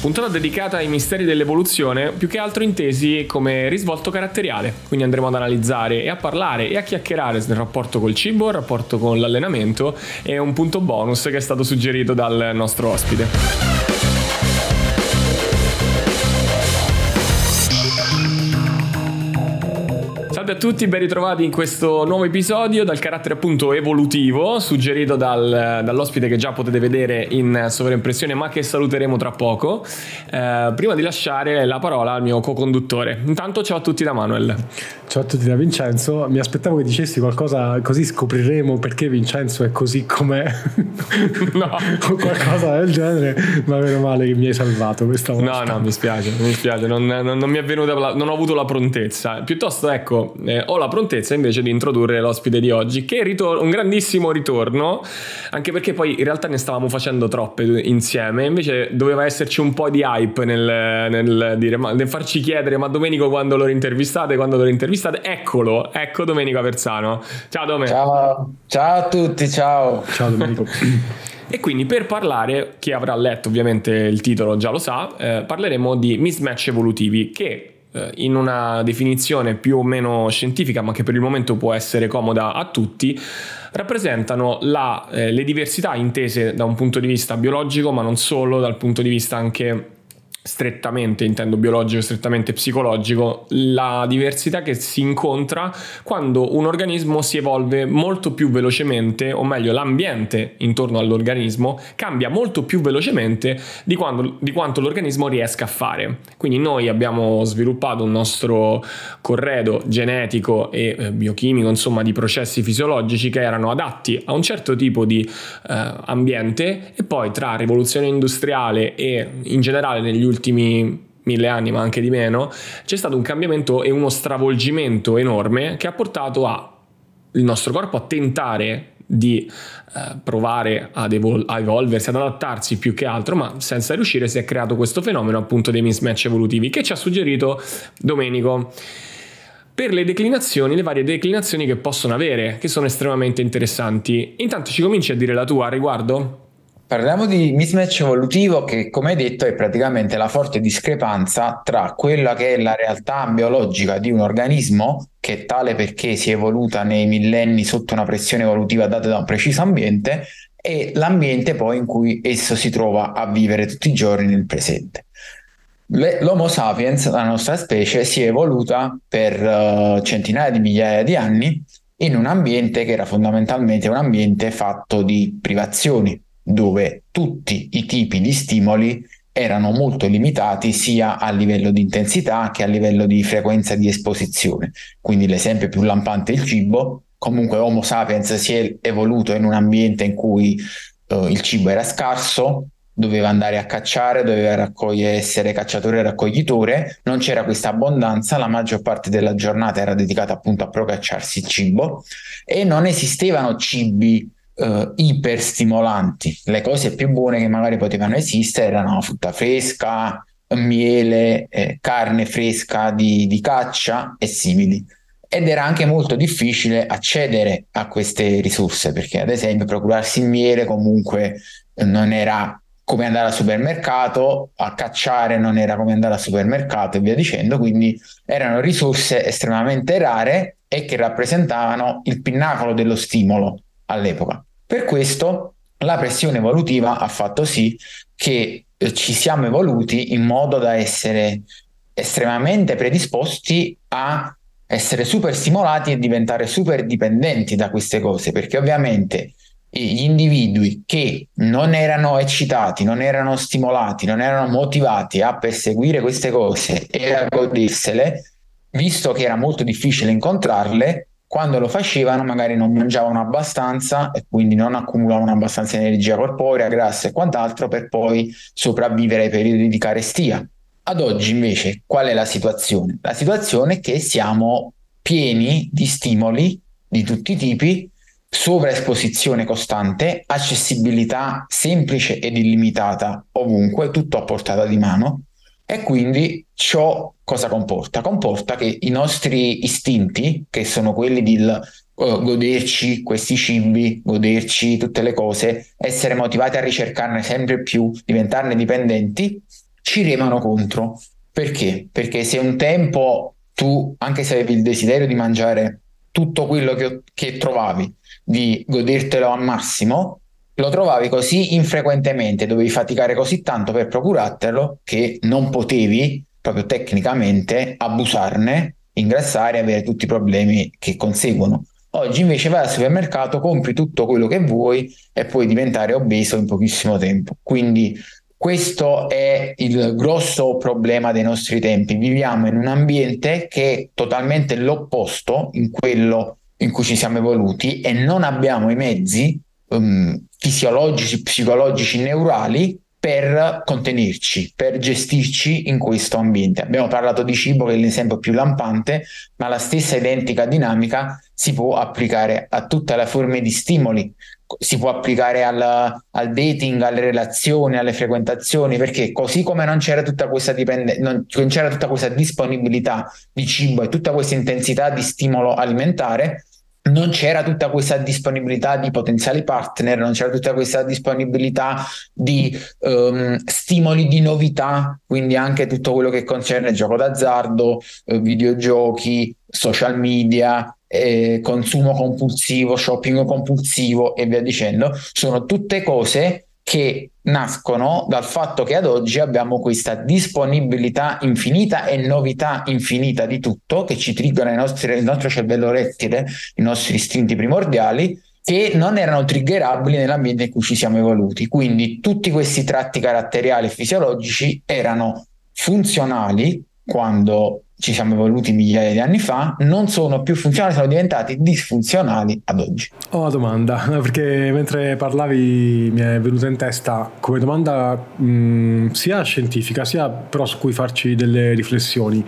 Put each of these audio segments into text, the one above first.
puntata dedicata ai misteri dell'evoluzione, più che altro intesi come risvolto caratteriale. Quindi andremo ad analizzare e a parlare e a chiacchierare sul rapporto col cibo, il rapporto con l'allenamento e un punto bonus che è stato suggerito dal nostro ospite. Salve a tutti, ben ritrovati in questo nuovo episodio dal carattere appunto evolutivo, suggerito dall'ospite che già potete vedere in sovraimpressione, ma che saluteremo tra poco. Prima di lasciare la parola al mio co-conduttore. Intanto ciao a tutti da Manuel. Ciao a tutti da Vincenzo. Mi aspettavo che dicessi qualcosa, così scopriremo perché Vincenzo è così com'è. No, o qualcosa del genere, ma meno male che mi hai salvato questa volta. No, mi spiace, non mi è venuta, non ho avuto la prontezza. Piuttosto ecco, ho la prontezza invece di introdurre l'ospite di oggi, che è un grandissimo ritorno, anche perché poi in realtà ne stavamo facendo troppe insieme, invece doveva esserci un po' di hype nel dire, nel farci chiedere: ma Domenico quando lo intervistate? Eccolo, ecco Domenico Aversano. Ciao Dome. Ciao a tutti, ciao Domenico. E quindi per parlare, chi avrà letto ovviamente il titolo già lo sa, parleremo di mismatch evolutivi, che in una definizione più o meno scientifica, ma che per il momento può essere comoda a tutti, rappresentano le diversità intese da un punto di vista biologico, ma non solo, dal punto di vista anche strettamente, intendo biologico, strettamente psicologico, la diversità che si incontra quando un organismo si evolve molto più velocemente, o meglio l'ambiente intorno all'organismo cambia molto più velocemente di quanto l'organismo riesca a fare. Quindi noi abbiamo sviluppato un nostro corredo genetico e biochimico, insomma di processi fisiologici che erano adatti a un certo tipo di ambiente, e poi tra rivoluzione industriale e in generale negli ultimi 1000 anni, ma anche di meno, c'è stato un cambiamento e uno stravolgimento enorme che ha portato il nostro corpo a tentare di provare ad evolversi, ad adattarsi più che altro, ma senza riuscire. Si è creato questo fenomeno appunto dei mismatch evolutivi, che ci ha suggerito Domenico per le varie declinazioni che possono avere, che sono estremamente interessanti. Intanto ci cominci a dire la tua a riguardo? Parliamo di mismatch evolutivo, che come hai detto è praticamente la forte discrepanza tra quella che è la realtà biologica di un organismo, che è tale perché si è evoluta nei millenni sotto una pressione evolutiva data da un preciso ambiente, e l'ambiente poi in cui esso si trova a vivere tutti i giorni nel presente. L'Homo sapiens, la nostra specie, si è evoluta per centinaia di migliaia di anni in un ambiente che era fondamentalmente un ambiente fatto di privazioni, dove tutti i tipi di stimoli erano molto limitati sia a livello di intensità che a livello di frequenza di esposizione. Quindi l'esempio più lampante è il cibo. Comunque Homo sapiens si è evoluto in un ambiente in cui il cibo era scarso, doveva andare a cacciare, doveva essere cacciatore e raccoglitore, non c'era questa abbondanza, la maggior parte della giornata era dedicata appunto a procacciarsi il cibo, e non esistevano cibi iperstimolanti. Le cose più buone che magari potevano esistere erano frutta fresca, miele, carne fresca di caccia e simili. Ed era anche molto difficile accedere a queste risorse, perché ad esempio procurarsi il miele comunque non era come andare al supermercato, a cacciare non era come andare al supermercato e via dicendo, quindi erano risorse estremamente rare e che rappresentavano il pinnacolo dello stimolo all'epoca. Per questo la pressione evolutiva ha fatto sì che ci siamo evoluti in modo da essere estremamente predisposti a essere super stimolati e diventare super dipendenti da queste cose, perché ovviamente gli individui che non erano eccitati, non erano stimolati, non erano motivati a perseguire queste cose e a godersele, visto che era molto difficile incontrarle, quando lo facevano magari non mangiavano abbastanza e quindi non accumulavano abbastanza energia corporea, grassa e quant'altro per poi sopravvivere ai periodi di carestia. Ad oggi invece qual è la situazione? La situazione è che siamo pieni di stimoli di tutti i tipi, sovraesposizione costante, accessibilità semplice ed illimitata ovunque, tutto a portata di mano. E quindi ciò cosa comporta? Comporta che i nostri istinti, che sono quelli di goderci questi cibi, goderci tutte le cose, essere motivati a ricercarne sempre più, diventarne dipendenti, ci remano contro. Perché? Perché se un tempo tu, anche se avevi il desiderio di mangiare tutto quello che trovavi, di godertelo al massimo, lo trovavi così infrequentemente, dovevi faticare così tanto per procurartelo che non potevi, proprio tecnicamente, abusarne, ingrassare e avere tutti i problemi che conseguono. Oggi invece vai al supermercato, compri tutto quello che vuoi e puoi diventare obeso in pochissimo tempo. Quindi questo è il grosso problema dei nostri tempi. Viviamo in un ambiente che è totalmente l'opposto in quello in cui ci siamo evoluti e non abbiamo i mezzi fisiologici, psicologici, neurali per contenerci, per gestirci in questo ambiente. Abbiamo parlato di cibo, che è l'esempio più lampante, ma la stessa identica dinamica si può applicare a tutte le forme di stimoli, si può applicare al dating, alle relazioni, alle frequentazioni, perché così come non c'era tutta questa non c'era tutta questa disponibilità di cibo e tutta questa intensità di stimolo alimentare, non c'era tutta questa disponibilità di potenziali partner, non c'era tutta questa disponibilità di stimoli di novità, quindi anche tutto quello che concerne gioco d'azzardo, videogiochi, social media, consumo compulsivo, shopping compulsivo e via dicendo, sono tutte cose che nascono dal fatto che ad oggi abbiamo questa disponibilità infinita e novità infinita di tutto che ci triggerano il nostro cervello rettile, i nostri istinti primordiali, che non erano triggerabili nell'ambiente in cui ci siamo evoluti. Quindi tutti questi tratti caratteriali e fisiologici erano funzionali quando ci siamo evoluti migliaia di anni fa, non sono più funzionali, sono diventati disfunzionali ad oggi. Ho una domanda, perché mentre parlavi mi è venuta in testa come domanda sia scientifica sia però su cui farci delle riflessioni,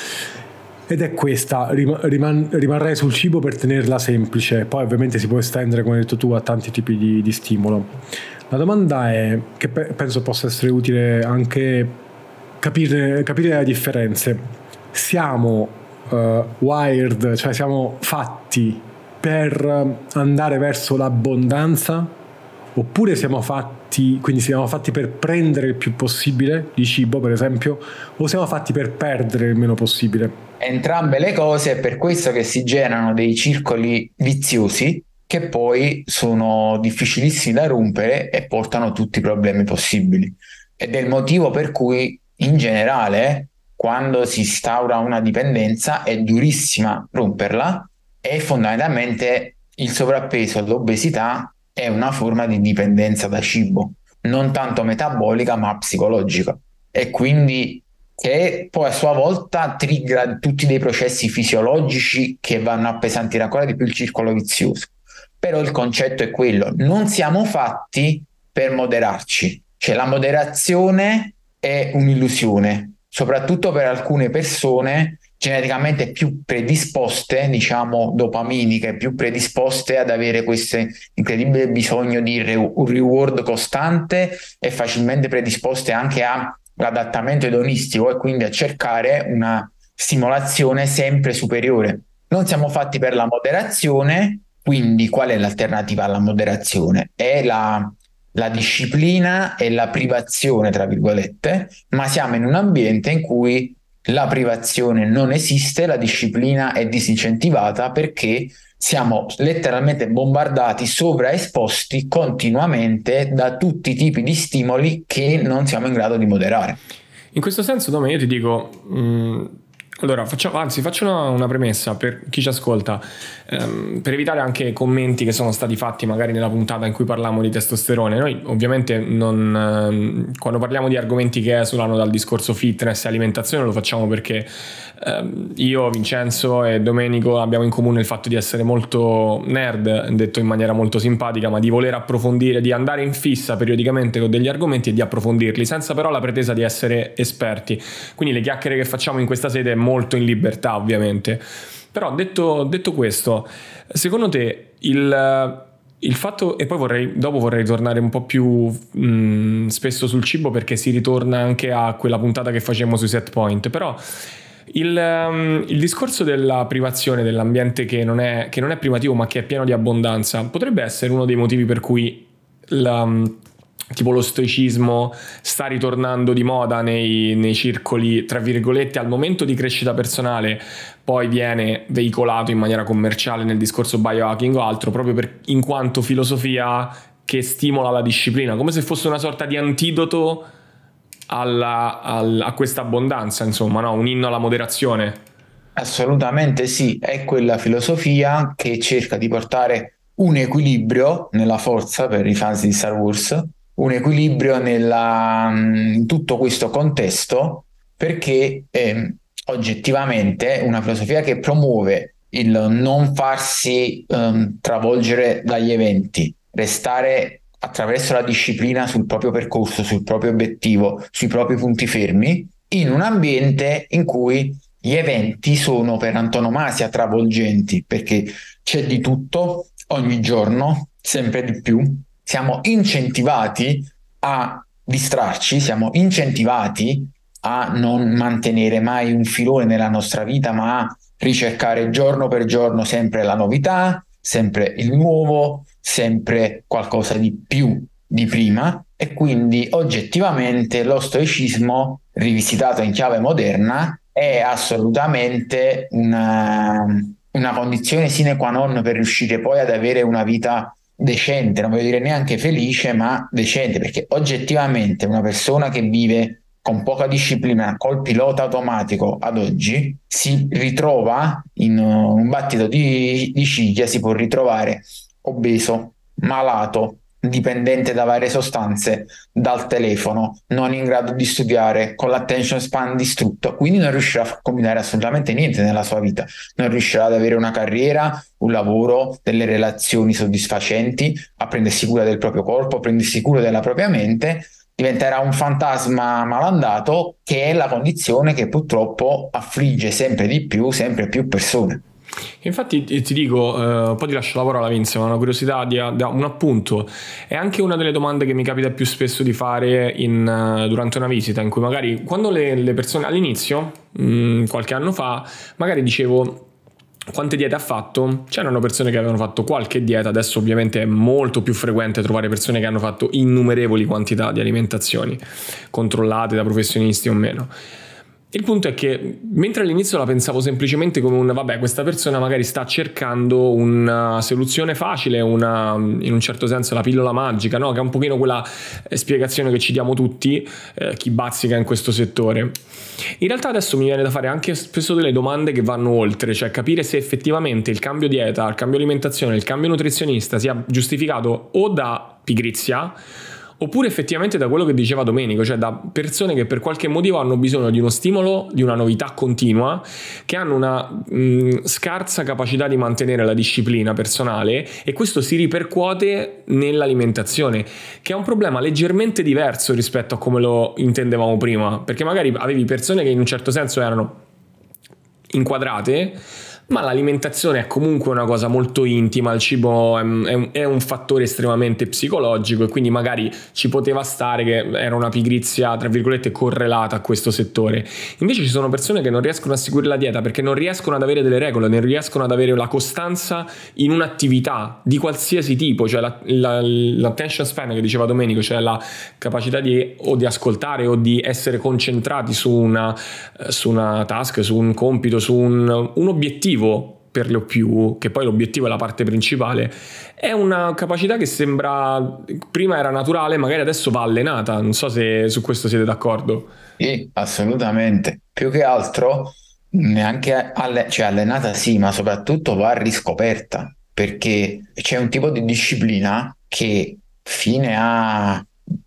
ed è questa: rimarrei sul cibo per tenerla semplice, poi ovviamente si può estendere, come hai detto tu, a tanti tipi di stimolo. La domanda è, che penso possa essere utile anche capire le differenze: siamo wired, cioè siamo fatti per andare verso l'abbondanza, oppure siamo fatti per prendere il più possibile di cibo, per esempio, o siamo fatti per perdere il meno possibile? Entrambe le cose, è per questo che si generano dei circoli viziosi che poi sono difficilissimi da rompere e portano tutti i problemi possibili. Ed è il motivo per cui in generale, quando si instaura una dipendenza, è durissima romperla, e fondamentalmente il sovrappeso e l'obesità è una forma di dipendenza da cibo, non tanto metabolica ma psicologica, e quindi che poi a sua volta trigger tutti dei processi fisiologici che vanno a appesantire ancora di più il circolo vizioso. Però il concetto è quello: non siamo fatti per moderarci, cioè la moderazione è un'illusione, soprattutto per alcune persone geneticamente più predisposte, diciamo dopaminiche, più predisposte ad avere questo incredibile bisogno di un reward costante e facilmente predisposte anche all'adattamento edonistico e quindi a cercare una stimolazione sempre superiore. Non siamo fatti per la moderazione, quindi qual è l'alternativa alla moderazione? È la disciplina e la privazione, tra virgolette, ma siamo in un ambiente in cui la privazione non esiste, la disciplina è disincentivata perché siamo letteralmente bombardati, sovraesposti continuamente da tutti i tipi di stimoli che non siamo in grado di moderare. In questo senso, Dome, io ti dico... Allora, faccio una premessa per chi ci ascolta, per evitare anche commenti che sono stati fatti magari nella puntata in cui parliamo di testosterone. Noi ovviamente quando parliamo di argomenti che esulano dal discorso fitness e alimentazione lo facciamo perché io, Vincenzo e Domenico abbiamo in comune il fatto di essere molto nerd, detto in maniera molto simpatica, ma di voler approfondire, di andare in fissa periodicamente con degli argomenti e di approfondirli, senza però la pretesa di essere esperti. Quindi le chiacchiere che facciamo in questa sede è molto in libertà, ovviamente. Però detto questo, secondo te il fatto, e poi dopo vorrei tornare un po' più spesso sul cibo, perché si ritorna anche a quella puntata che facemmo sui set point, però il discorso della privazione dell'ambiente che non è primativo ma che è pieno di abbondanza potrebbe essere uno dei motivi per cui tipo lo stoicismo sta ritornando di moda nei circoli, tra virgolette, al momento di crescita personale, poi viene veicolato in maniera commerciale nel discorso biohacking o altro, proprio in quanto filosofia che stimola la disciplina, come se fosse una sorta di antidoto a questa abbondanza, insomma, no? Un inno alla moderazione. Assolutamente sì, è quella filosofia che cerca di portare un equilibrio nella forza per i fans di Star Wars, un equilibrio in tutto questo contesto, perché oggettivamente è una filosofia che promuove il non farsi travolgere dagli eventi, restare attraverso la disciplina sul proprio percorso, sul proprio obiettivo, sui propri punti fermi, in un ambiente in cui gli eventi sono per antonomasia travolgenti, perché c'è di tutto ogni giorno, sempre di più. Siamo incentivati a distrarci, siamo incentivati a non mantenere mai un filone nella nostra vita, ma a ricercare giorno per giorno sempre la novità, sempre il nuovo, sempre qualcosa di più di prima. E quindi oggettivamente lo stoicismo, rivisitato in chiave moderna, è assolutamente una condizione sine qua non per riuscire poi ad avere una vita decente, non voglio dire neanche felice, ma decente, perché oggettivamente una persona che vive con poca disciplina, col pilota automatico ad oggi, si ritrova in un battito di ciglia, si può ritrovare obeso, malato, dipendente da varie sostanze, dal telefono, non in grado di studiare, con l'attention span distrutto, quindi non riuscirà a combinare assolutamente niente nella sua vita, non riuscirà ad avere una carriera, un lavoro, delle relazioni soddisfacenti, a prendersi cura del proprio corpo, a prendersi cura della propria mente, diventerà un fantasma malandato, che è la condizione che purtroppo affligge sempre più persone. Infatti ti dico, poi ti lascio la parola Vince, ma una curiosità, un appunto, è anche una delle domande che mi capita più spesso di fare durante una visita, in cui magari quando le persone all'inizio, qualche anno fa, magari dicevo quante diete ha fatto, c'erano persone che avevano fatto qualche dieta, adesso ovviamente è molto più frequente trovare persone che hanno fatto innumerevoli quantità di alimentazioni, controllate da professionisti o meno. Il punto è che mentre all'inizio la pensavo semplicemente come vabbè, questa persona magari sta cercando una soluzione facile, in un certo senso la pillola magica, no? Che è un pochino quella spiegazione che ci diamo tutti, chi bazzica in questo settore. In realtà adesso mi viene da fare anche spesso delle domande che vanno oltre, cioè capire se effettivamente il cambio dieta, il cambio alimentazione, il cambio nutrizionista sia giustificato o da pigrizia, oppure effettivamente da quello che diceva Domenico, cioè da persone che per qualche motivo hanno bisogno di uno stimolo, di una novità continua, che hanno una scarsa capacità di mantenere la disciplina personale, e questo si ripercuote nell'alimentazione, che è un problema leggermente diverso rispetto a come lo intendevamo prima, perché magari avevi persone che in un certo senso erano inquadrate, ma l'alimentazione è comunque una cosa molto intima, il cibo è un fattore estremamente psicologico, e quindi magari ci poteva stare che era una pigrizia tra virgolette correlata a questo settore. Invece ci sono persone che non riescono a seguire la dieta perché non riescono ad avere delle regole, non riescono ad avere la costanza in un'attività di qualsiasi tipo, cioè l'attention span che diceva Domenico, cioè la capacità di ascoltare o di essere concentrati su una task, su un compito, su un obiettivo per lo più, che poi l'obiettivo è la parte principale. È una capacità che sembra prima era naturale, magari adesso va allenata. Non so se su questo siete d'accordo. Sì, assolutamente. Più che altro neanche cioè allenata sì, ma soprattutto va riscoperta, perché c'è un tipo di disciplina che fine a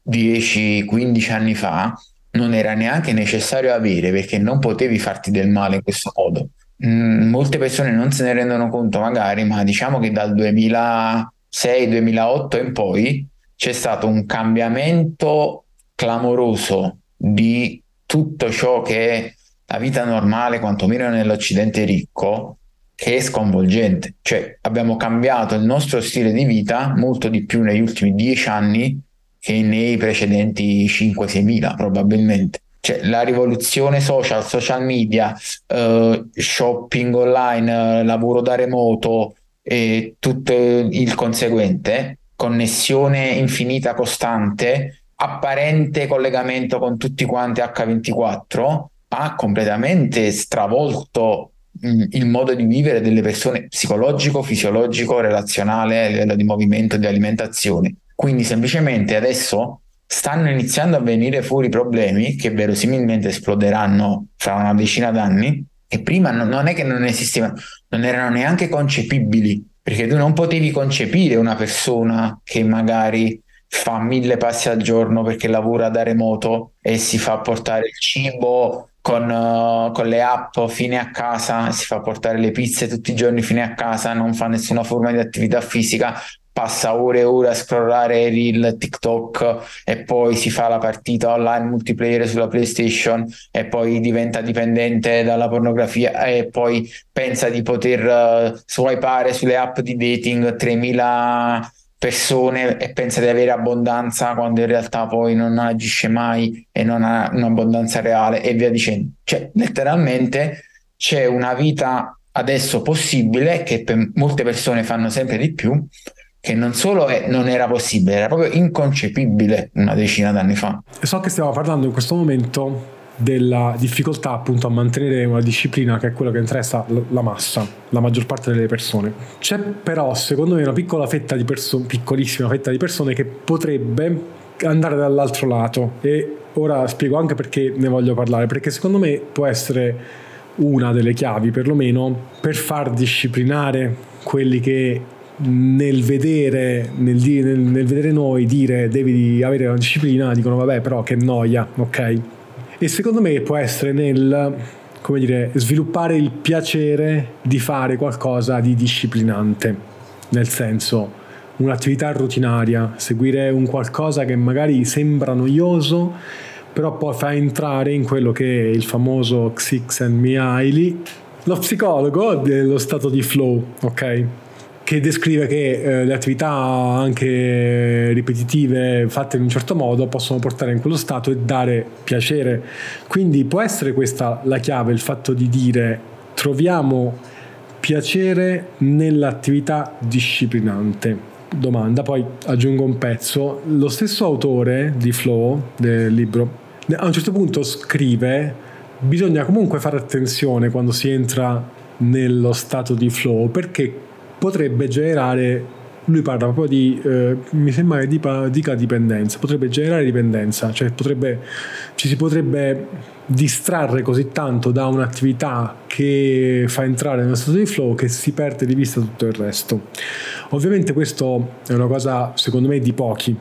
10-15 anni fa non era neanche necessario avere, perché non potevi farti del male in questo modo. Molte persone non se ne rendono conto magari, ma diciamo che dal 2006-2008 in poi c'è stato un cambiamento clamoroso di tutto ciò che è la vita normale, quantomeno nell'Occidente ricco, che è sconvolgente. Cioè abbiamo cambiato il nostro stile di vita molto di più negli ultimi 10 anni che nei precedenti 5-6 mila probabilmente. Cioè la rivoluzione social media, shopping online, lavoro da remoto e tutto il conseguente connessione infinita costante, apparente collegamento con tutti quanti H24, ha completamente stravolto il modo di vivere delle persone, psicologico, fisiologico, relazionale, a livello di movimento, di alimentazione. Quindi semplicemente adesso stanno iniziando a venire fuori problemi che verosimilmente esploderanno fra una decina d'anni, e prima non è che non esistevano, non erano neanche concepibili, perché tu non potevi concepire una persona che magari fa 1000 passi al giorno perché lavora da remoto e si fa portare il cibo con le app fine a casa, si fa portare le pizze tutti i giorni fine a casa, non fa nessuna forma di attività fisica, passa ore e ore a scrollare Reel, TikTok, e poi si fa la partita online multiplayer sulla PlayStation e poi diventa dipendente dalla pornografia e poi pensa di poter swipare sulle app di dating 3000 persone e pensa di avere abbondanza, quando in realtà poi non agisce mai e non ha un'abbondanza reale, e via dicendo. Cioè, letteralmente c'è una vita adesso possibile, che per molte persone fanno sempre di più, che non solo non era possibile, era proprio inconcepibile una decina d'anni fa. So che stiamo parlando in questo momento della difficoltà appunto a mantenere una disciplina, che è quello che interessa la massa, la maggior parte delle persone. C'è però secondo me una piccola fetta di persone, piccolissima fetta di persone, che potrebbe andare dall'altro lato, e ora spiego anche perché ne voglio parlare, perché secondo me può essere una delle chiavi perlomeno per far disciplinare quelli che nel vedere noi dire devi avere una disciplina dicono vabbè però che noia, ok? E secondo me può essere nel, come dire, sviluppare il piacere di fare qualcosa di disciplinante, nel senso un'attività routinaria, seguire un qualcosa che magari sembra noioso però poi fa entrare in quello che è il famoso Csikszentmihalyi, lo psicologo dello stato di flow, ok? Che descrive che le attività anche ripetitive fatte in un certo modo possono portare in quello stato e dare piacere. Quindi può essere questa la chiave, il fatto di dire troviamo piacere nell'attività disciplinante. Domanda, poi aggiungo un pezzo. Lo stesso autore di Flow, del libro, a un certo punto scrive: bisogna comunque fare attenzione quando si entra nello stato di flow, perché potrebbe generare, lui parla proprio di mi sembra che dica dipendenza, potrebbe generare dipendenza, cioè ci si potrebbe distrarre così tanto da un'attività che fa entrare nello stato di flow che si perde di vista tutto il resto. Ovviamente questo è una cosa secondo me di pochi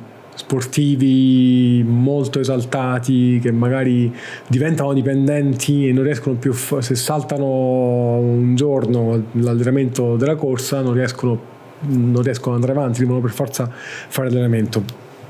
sportivi molto esaltati, che magari diventano dipendenti e non riescono più, se saltano un giorno l'allenamento della corsa non riescono ad andare avanti, devono per forza fare allenamento.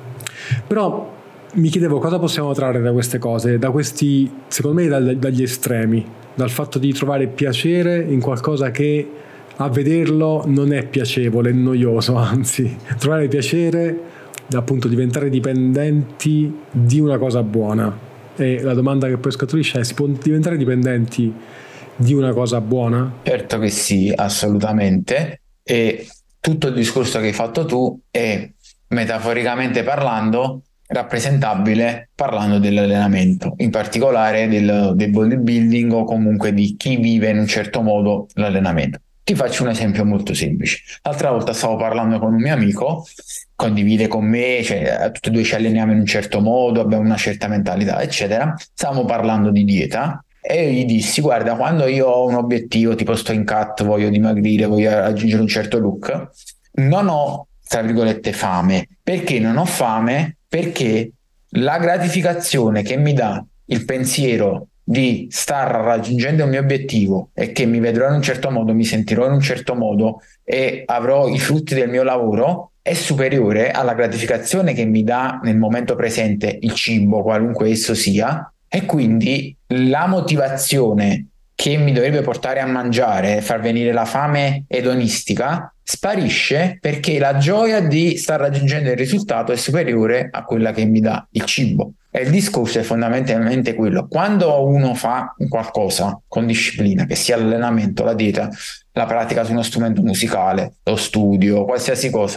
Però mi chiedevo cosa possiamo trarre da queste cose, da questi, secondo me dagli estremi, dal fatto di trovare piacere in qualcosa che a vederlo non è piacevole, è noioso, anzi trovare piacere, appunto diventare dipendenti di una cosa buona. E la domanda che poi scaturisce è: si può diventare dipendenti di una cosa buona? Certo che sì, assolutamente. E tutto il discorso che hai fatto tu è, metaforicamente parlando, rappresentabile parlando dell'allenamento, in particolare del bodybuilding, o comunque di chi vive in un certo modo l'allenamento. Ti faccio un esempio molto semplice. L'altra volta stavo parlando con un mio amico, condivide con me, cioè tutti e due ci alleniamo in un certo modo, abbiamo una certa mentalità, eccetera. Stavamo parlando di dieta e io gli dissi: guarda, quando io ho un obiettivo, tipo sto in cut, voglio dimagrire, voglio raggiungere un certo look, non ho, tra virgolette, fame. Perché non ho fame? Perché la gratificazione che mi dà il pensiero di star raggiungendo il mio obiettivo e che mi vedrò in un certo modo, mi sentirò in un certo modo e avrò i frutti del mio lavoro, è superiore alla gratificazione che mi dà nel momento presente il cibo, qualunque esso sia. E quindi la motivazione che mi dovrebbe portare a mangiare, far venire la fame edonistica, sparisce, perché la gioia di star raggiungendo il risultato è superiore a quella che mi dà il cibo. E il discorso è fondamentalmente quello: quando uno fa qualcosa con disciplina, che sia l'allenamento, la dieta, la pratica su uno strumento musicale, lo studio, qualsiasi cosa,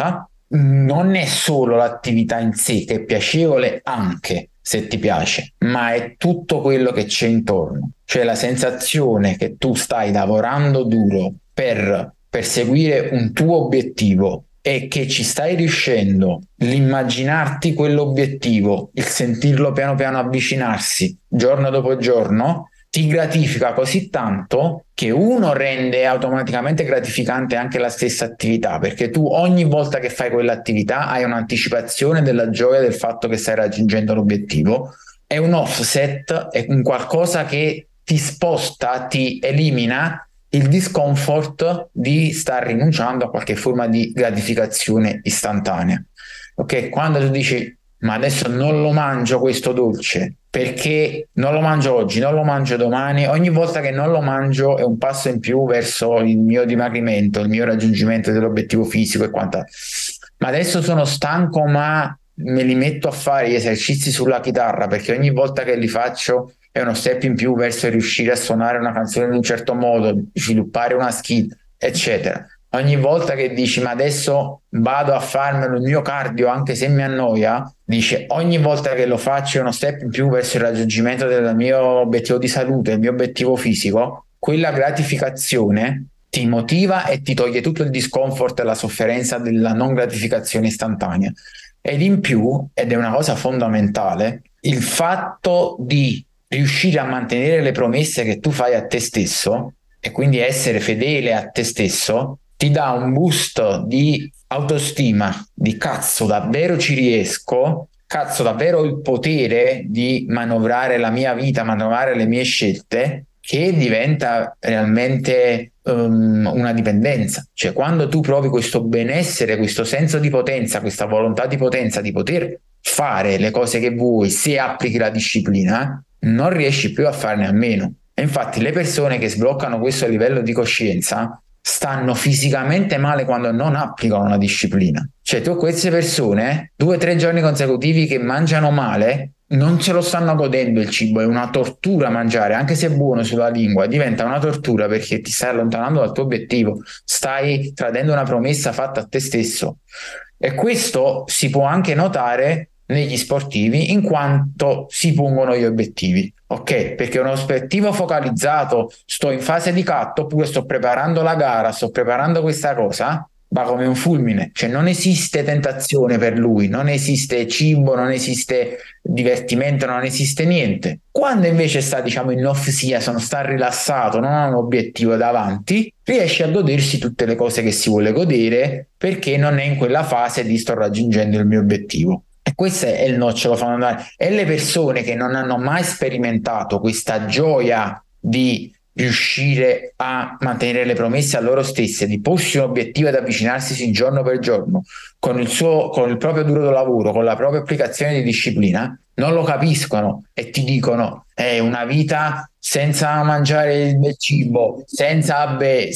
non è solo l'attività in sé che è piacevole, anche se ti piace, ma è tutto quello che c'è intorno, cioè la sensazione che tu stai lavorando duro per perseguire un tuo obiettivo e che ci stai riuscendo, l'immaginarti quell'obiettivo, il sentirlo piano piano avvicinarsi giorno dopo giorno, ti gratifica così tanto che uno rende automaticamente gratificante anche la stessa attività, perché tu ogni volta che fai quell'attività hai un'anticipazione della gioia del fatto che stai raggiungendo l'obiettivo, è un offset, è un qualcosa che ti sposta, ti elimina il discomfort di star rinunciando a qualche forma di gratificazione istantanea. Ok, quando tu dici ma adesso non lo mangio questo dolce perché non lo mangio oggi, non lo mangio domani, ogni volta che non lo mangio è un passo in più verso il mio dimagrimento, il mio raggiungimento dell'obiettivo fisico e quant'altro. Ma adesso sono stanco, ma me li metto a fare gli esercizi sulla chitarra perché ogni volta che li faccio è uno step in più verso riuscire a suonare una canzone in un certo modo, sviluppare una skill, eccetera. Ogni volta che dici ma adesso vado a farmelo il mio cardio anche se mi annoia, dice ogni volta che lo faccio è uno step in più verso il raggiungimento del mio obiettivo di salute, il mio obiettivo fisico, quella gratificazione ti motiva e ti toglie tutto il discomfort e la sofferenza della non gratificazione istantanea. Ed in più, ed è una cosa fondamentale, il fatto di riuscire a mantenere le promesse che tu fai a te stesso e quindi essere fedele a te stesso ti dà un boost di autostima, di cazzo davvero ci riesco, cazzo davvero ho il potere di manovrare la mia vita, manovrare le mie scelte, che diventa realmente una dipendenza. Cioè quando tu provi questo benessere, questo senso di potenza, questa volontà di potenza di poter fare le cose che vuoi se applichi la disciplina, non riesci più a farne a meno. E infatti le persone che sbloccano questo livello di coscienza stanno fisicamente male quando non applicano la disciplina. Cioè tu queste persone 2 o 3 giorni consecutivi che mangiano male non ce lo stanno godendo il cibo, è una tortura mangiare, anche se è buono sulla lingua, diventa una tortura perché ti stai allontanando dal tuo obiettivo, stai tradendo una promessa fatta a te stesso. E questo si può anche notare negli sportivi in quanto si pongono gli obiettivi, ok? Perché un obiettivo focalizzato, sto in fase di cut oppure sto preparando la gara, sto preparando questa cosa, va come un fulmine, cioè non esiste tentazione per lui, non esiste cibo, non esiste divertimento, non esiste niente. Quando invece sta, diciamo, in off season, sta rilassato, non ha un obiettivo davanti, riesce a godersi tutte le cose che si vuole godere perché non è in quella fase di sto raggiungendo il mio obiettivo. E questo è il nocciolo fondamentale. E le persone che non hanno mai sperimentato questa gioia di riuscire a mantenere le promesse a loro stesse, di porsi un obiettivo ed avvicinarsi giorno per giorno con il proprio duro lavoro, con la propria applicazione di disciplina, non lo capiscono e ti dicono è una vita senza mangiare il cibo, senza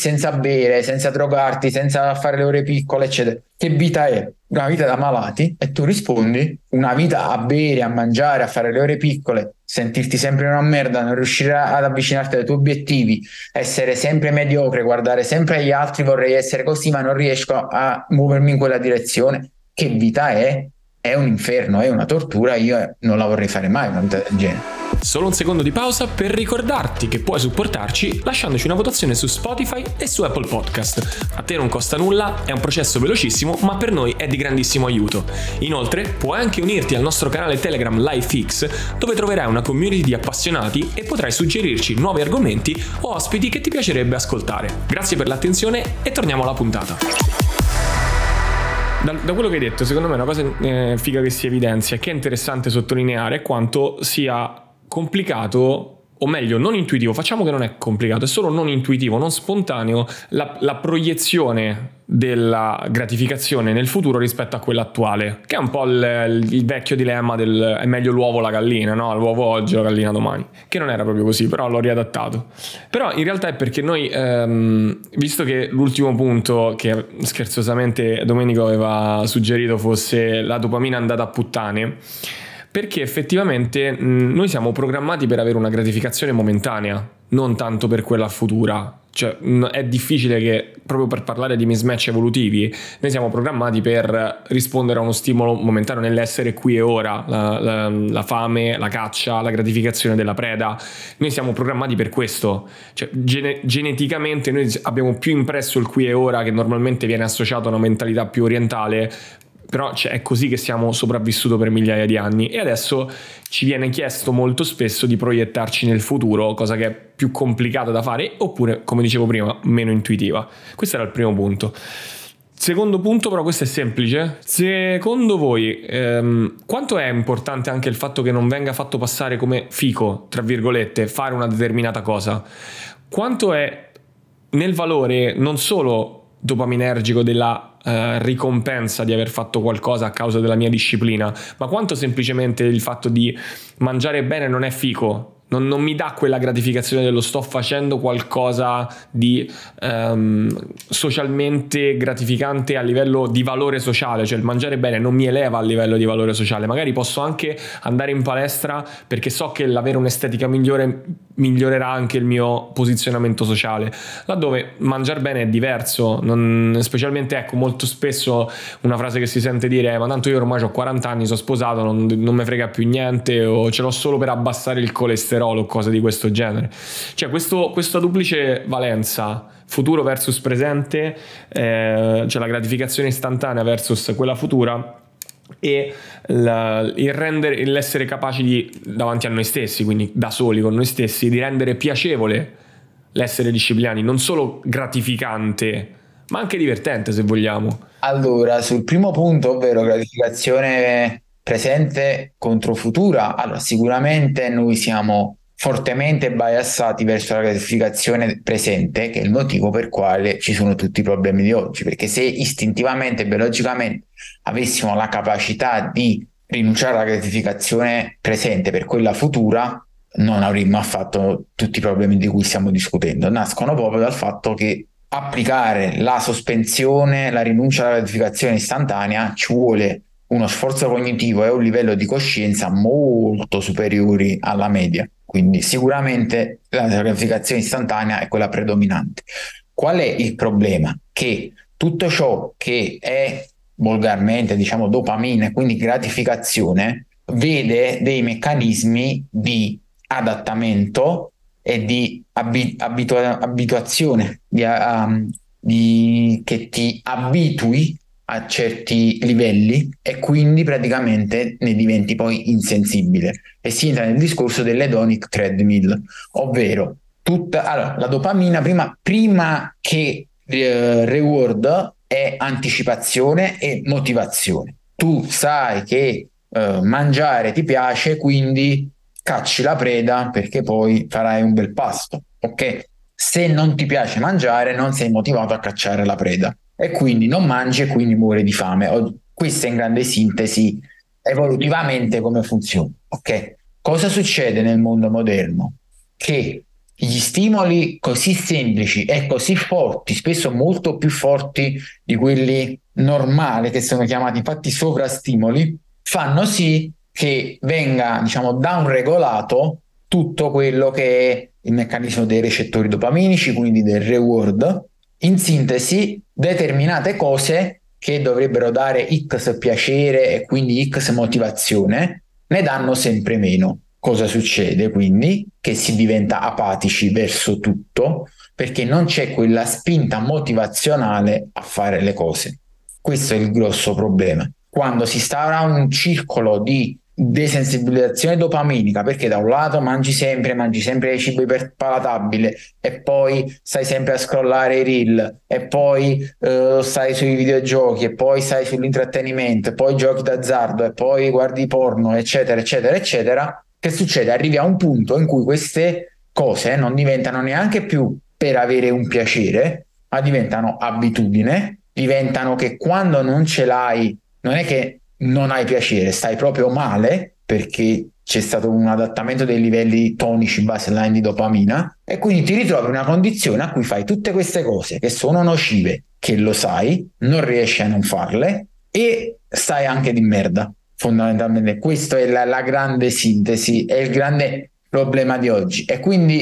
bere, senza drogarti, senza fare le ore piccole, eccetera. Che vita è? Una vita da malati? E tu rispondi una vita a bere, a mangiare, a fare le ore piccole, sentirti sempre una merda, non riuscire ad avvicinarti ai tuoi obiettivi, essere sempre mediocre, guardare sempre agli altri, vorrei essere così ma non riesco a muovermi in quella direzione. Che vita è? È un inferno, è una tortura, io non la vorrei fare mai una vita del genere. Solo un secondo di pausa per ricordarti che puoi supportarci lasciandoci una votazione su Spotify e su Apple Podcast. A te non costa nulla, è un processo velocissimo, ma per noi è di grandissimo aiuto. Inoltre, puoi anche unirti al nostro canale Telegram LifeX, dove troverai una community di appassionati e potrai suggerirci nuovi argomenti o ospiti che ti piacerebbe ascoltare. Grazie per l'attenzione e torniamo alla puntata. Da quello che hai detto, secondo me una cosa figa che si evidenzia, che è interessante sottolineare quanto sia complicato, o meglio non intuitivo, facciamo che non è complicato, è solo non intuitivo, non spontaneo la proiezione della gratificazione nel futuro rispetto a quella attuale, che è un po' il vecchio dilemma del è meglio l'uovo o la gallina, no? L'uovo oggi, la gallina domani, che non era proprio così, però l'ho riadattato. Però in realtà è perché noi, visto che l'ultimo punto che scherzosamente Domenico aveva suggerito fosse la dopamina andata a puttane, perché effettivamente noi siamo programmati per avere una gratificazione momentanea non tanto per quella futura. Cioè, è difficile che, proprio per parlare di mismatch evolutivi, noi siamo programmati per rispondere a uno stimolo momentaneo nell'essere qui e ora, la fame, la caccia, la gratificazione della preda. Noi siamo programmati per questo. Cioè, geneticamente noi abbiamo più impresso il qui e ora, che normalmente viene associato a una mentalità più orientale, però è così che siamo sopravvissuti per migliaia di anni, e adesso ci viene chiesto molto spesso di proiettarci nel futuro, cosa che è più complicata da fare, oppure, come dicevo prima, meno intuitiva. Questo era il primo punto. Secondo punto, però questo è semplice. Secondo voi quanto è importante anche il fatto che non venga fatto passare come fico, tra virgolette, fare una determinata cosa? Quanto è nel valore non solo dopaminergico della ricompensa di aver fatto qualcosa a causa della mia disciplina, ma quanto semplicemente il fatto di mangiare bene non è fico, non mi dà quella gratificazione dello sto facendo qualcosa di socialmente gratificante a livello di valore sociale. Cioè il mangiare bene non mi eleva a livello di valore sociale. Magari posso anche andare in palestra perché so che l'avere un'estetica migliore migliorerà anche il mio posizionamento sociale, laddove mangiare bene è diverso. Specialmente, ecco, molto spesso una frase che si sente dire: ma tanto io ormai ho 40 anni, sono sposato, non me frega più niente, o ce l'ho solo per abbassare il colesterolo o cose di questo genere. Cioè questa duplice valenza, futuro versus presente, cioè la gratificazione istantanea versus quella futura, e l'essere capaci di, davanti a noi stessi, quindi da soli con noi stessi, di rendere piacevole l'essere disciplinati, non solo gratificante ma anche divertente, se vogliamo. Allora, sul primo punto, ovvero gratificazione presente contro futura, allora sicuramente noi siamo fortemente biassati verso la gratificazione presente, che è il motivo per quale ci sono tutti i problemi di oggi, perché se istintivamente, biologicamente avessimo la capacità di rinunciare alla gratificazione presente per quella futura, non avremmo affatto tutti i problemi di cui stiamo discutendo. Nascono proprio dal fatto che applicare la sospensione, la rinuncia alla gratificazione istantanea, ci vuole uno sforzo cognitivo e un livello di coscienza molto superiori alla media. Quindi sicuramente la gratificazione istantanea è quella predominante. Qual è il problema? Che tutto ciò che è volgarmente, diciamo, dopamina e quindi gratificazione, vede dei meccanismi di adattamento e di abituazione, che ti abitui a certi livelli e quindi praticamente ne diventi poi insensibile, e si entra nel discorso dell'hedonic treadmill, ovvero allora, la dopamina prima che reward è anticipazione e motivazione. Tu sai che mangiare ti piace, quindi cacci la preda perché poi farai un bel pasto, ok? Se non ti piace mangiare, non sei motivato a cacciare la preda e quindi non mangi e quindi muori di fame. Questa è in grande sintesi evolutivamente come funziona, ok? Cosa succede nel mondo moderno? Che gli stimoli così semplici e così forti, spesso molto più forti di quelli normali, che sono chiamati infatti sovrastimoli, fanno sì che venga, diciamo, downregolato tutto quello che è il meccanismo dei recettori dopaminici, quindi del reward. In sintesi, determinate cose che dovrebbero dare X piacere e quindi X motivazione ne danno sempre meno. Cosa succede quindi? Che si diventa apatici verso tutto, perché non c'è quella spinta motivazionale a fare le cose. Questo è il grosso problema. Quando si instaura un circolo di desensibilizzazione dopaminica, perché da un lato mangi sempre cibo iperpalatabile e poi stai sempre a scrollare i reel e poi stai sui videogiochi e poi stai sull'intrattenimento e poi giochi d'azzardo e poi guardi porno, eccetera eccetera eccetera, che succede? Arrivi a un punto in cui queste cose non diventano neanche più per avere un piacere, ma diventano abitudine, diventano che quando non ce l'hai non è che non hai piacere, stai proprio male perché c'è stato un adattamento dei livelli tonici baseline di dopamina e quindi ti ritrovi in una condizione a cui fai tutte queste cose che sono nocive, che lo sai, non riesci a non farle e stai anche di merda. Fondamentalmente questa è la grande sintesi, è il grande problema di oggi, e quindi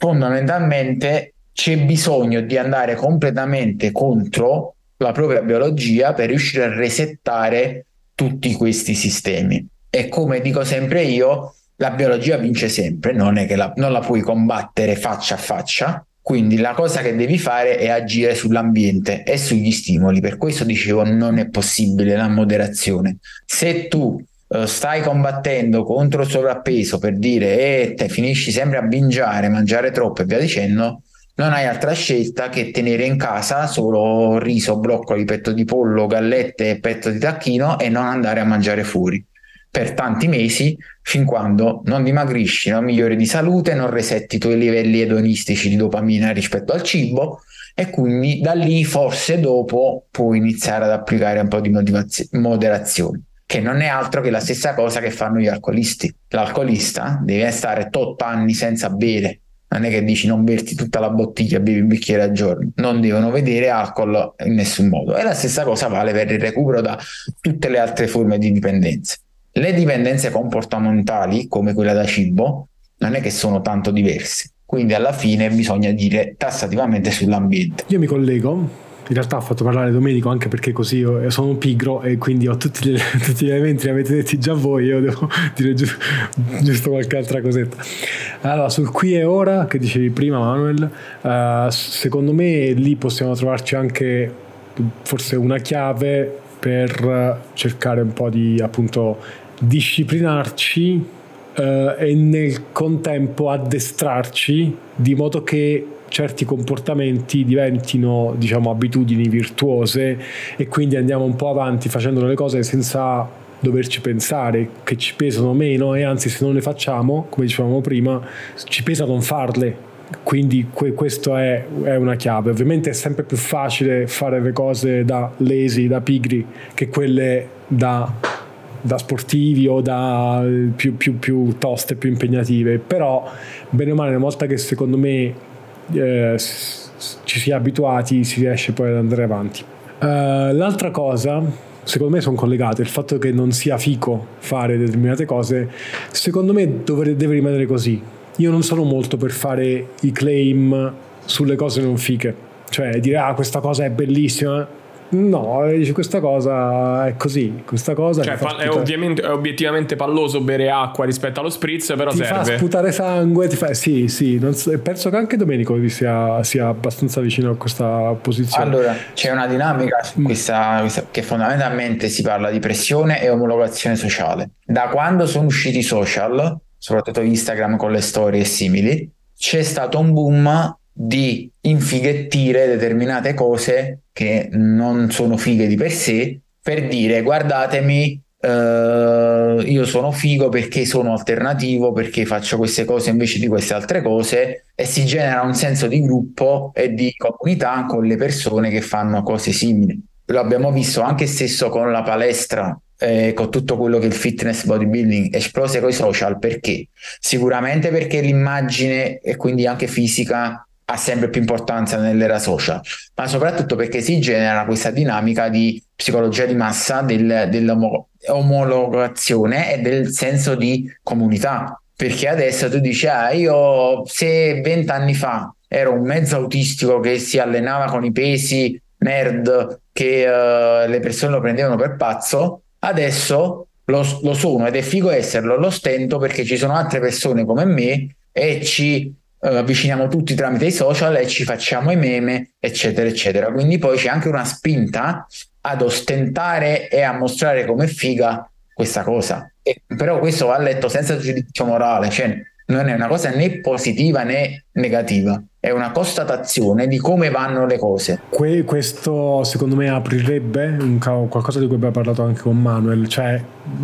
fondamentalmente c'è bisogno di andare completamente contro la propria biologia per riuscire a resettare tutti questi sistemi. E come dico sempre io, la biologia vince sempre, non è che non la puoi combattere faccia a faccia, quindi la cosa che devi fare è agire sull'ambiente e sugli stimoli. Per questo dicevo, non è possibile la moderazione. Se tu stai combattendo contro il sovrappeso per dire te finisci sempre a bingiare, mangiare troppo e via dicendo, non hai altra scelta che tenere in casa solo riso, broccoli, petto di pollo, gallette e petto di tacchino e non andare a mangiare fuori per tanti mesi, fin quando non dimagrisci, non migliori di salute, non resetti i tuoi livelli edonistici di dopamina rispetto al cibo, e quindi da lì forse dopo puoi iniziare ad applicare un po' di moderazione, che non è altro che la stessa cosa che fanno gli alcolisti. L'alcolista deve stare 8 anni senza bere, non è che dici non berti tutta la bottiglia, bevi un bicchiere al giorno, non devono vedere alcol in nessun modo. E la stessa cosa vale per il recupero da tutte le altre forme di dipendenze. Le dipendenze comportamentali, come quella da cibo, non è che sono tanto diverse, quindi alla fine bisogna dire tassativamente sull'ambiente. Io mi collego, in realtà ho fatto parlare Domenico anche perché così io sono pigro e quindi ho tutti gli elementi, li avete detti già voi, io devo dire giusto qualche altra cosetta. Allora, sul qui e ora che dicevi prima, Manuel, secondo me lì possiamo trovarci anche forse una chiave per cercare un po' di appunto disciplinarci e nel contempo addestrarci di modo che certi comportamenti diventino, diciamo, abitudini virtuose e quindi andiamo un po' avanti facendo le cose senza doverci pensare, che ci pesano meno, e anzi se non le facciamo, come dicevamo prima, ci pesa non farle. Quindi questo è una chiave. Ovviamente è sempre più facile fare le cose da lazy, da pigri, che quelle da sportivi o da più toste, più impegnative, però bene o male una volta che secondo me ci si è abituati si riesce poi ad andare avanti. L'altra cosa, secondo me sono collegate, il fatto che non sia fico fare determinate cose secondo me deve rimanere così. Io non sono molto per fare i claim sulle cose non fiche, cioè dire questa cosa è bellissima. No, dice questa cosa è così, questa cosa cioè, è obiettivamente palloso bere acqua rispetto allo spritz, però ti serve. Fa sputare sangue, sì, penso che anche Domenico sia abbastanza vicino a questa posizione. Allora, c'è una dinamica questa che fondamentalmente si parla di pressione e omologazione sociale. Da quando sono usciti i social, soprattutto Instagram con le storie e simili, c'è stato un boom di infighettire determinate cose che non sono fighe di per sé, per dire guardatemi, io sono figo perché sono alternativo, perché faccio queste cose invece di queste altre cose, e si genera un senso di gruppo e di comunità con le persone che fanno cose simili. Lo abbiamo visto anche stesso con la palestra, con tutto quello che il fitness bodybuilding esplose con i social. Perché? Sicuramente perché l'immagine e quindi anche fisica ha sempre più importanza nell'era social, ma soprattutto perché si genera questa dinamica di psicologia di massa, dell'omologazione e del senso di comunità. Perché adesso tu dici io se 20 anni fa ero un mezzo autistico che si allenava con i pesi, nerd, che le persone lo prendevano per pazzo, adesso lo sono ed è figo esserlo, lo stento perché ci sono altre persone come me e ci avviciniamo tutti tramite i social e ci facciamo i meme, eccetera eccetera. Quindi poi c'è anche una spinta ad ostentare e a mostrare come figa questa cosa, però questo va letto senza giudizio morale, cioè non è una cosa né positiva né negativa, è una constatazione di come vanno le cose. Questo secondo me aprirebbe qualcosa di cui abbiamo parlato anche con Manuel, cioè